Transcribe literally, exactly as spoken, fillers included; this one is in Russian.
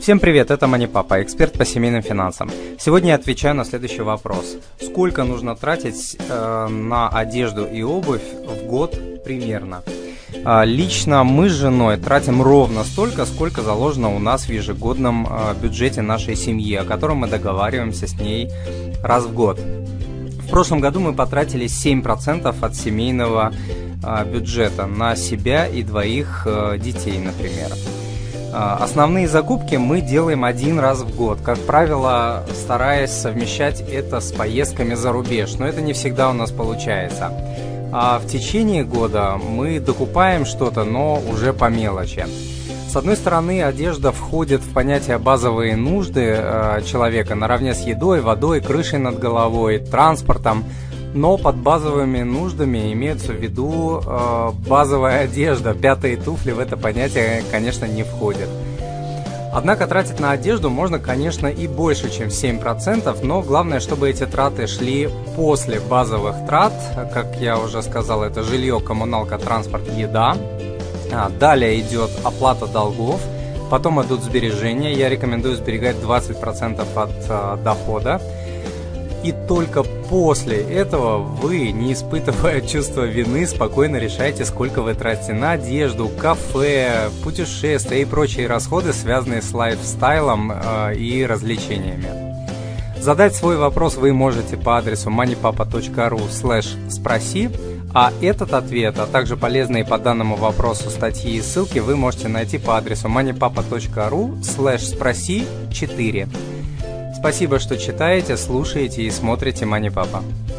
Всем привет, это Money Papa, эксперт по семейным финансам. Сегодня я отвечаю на следующий вопрос. Сколько нужно тратить э, на одежду и обувь в год примерно? Э, лично мы с женой тратим ровно столько, сколько заложено у нас в ежегодном э, бюджете нашей семьи, о котором мы договариваемся с ней раз в год. В прошлом году мы потратили семь процентов от семейного э, бюджета на себя и двоих э, детей, например. Основные закупки мы делаем один раз в год, как правило, стараясь совмещать это с поездками за рубеж, но это не всегда у нас получается. А в течение года мы докупаем что-то, но уже по мелочи. С одной стороны, одежда входит в понятие базовые нужды э, человека наравне с едой, водой, крышей над головой, транспортом. Но под базовыми нуждами имеется в виду э, базовая одежда, пятые туфли в это понятие, конечно, не входят. Однако тратить на одежду можно, конечно, и больше, чем семь процентов, но главное, чтобы эти траты шли после базовых трат. Как я уже сказал, это жилье, коммуналка, транспорт, еда. А, далее идет оплата долгов, потом идут сбережения. Я рекомендую сберегать двадцать процентов от э, дохода. И только после этого вы, не испытывая чувства вины, спокойно решаете, сколько вы тратите на одежду, кафе, путешествия и прочие расходы, связанные с лайфстайлом э, и развлечениями. Задать свой вопрос вы можете по адресу moneypapa.ru слэш спроси, а этот ответ, а также полезные по данному вопросу статьи и ссылки вы можете найти по адресу moneypapa.ru слэш спроси четыре. Спасибо, что читаете, слушаете и смотрите Money Papa.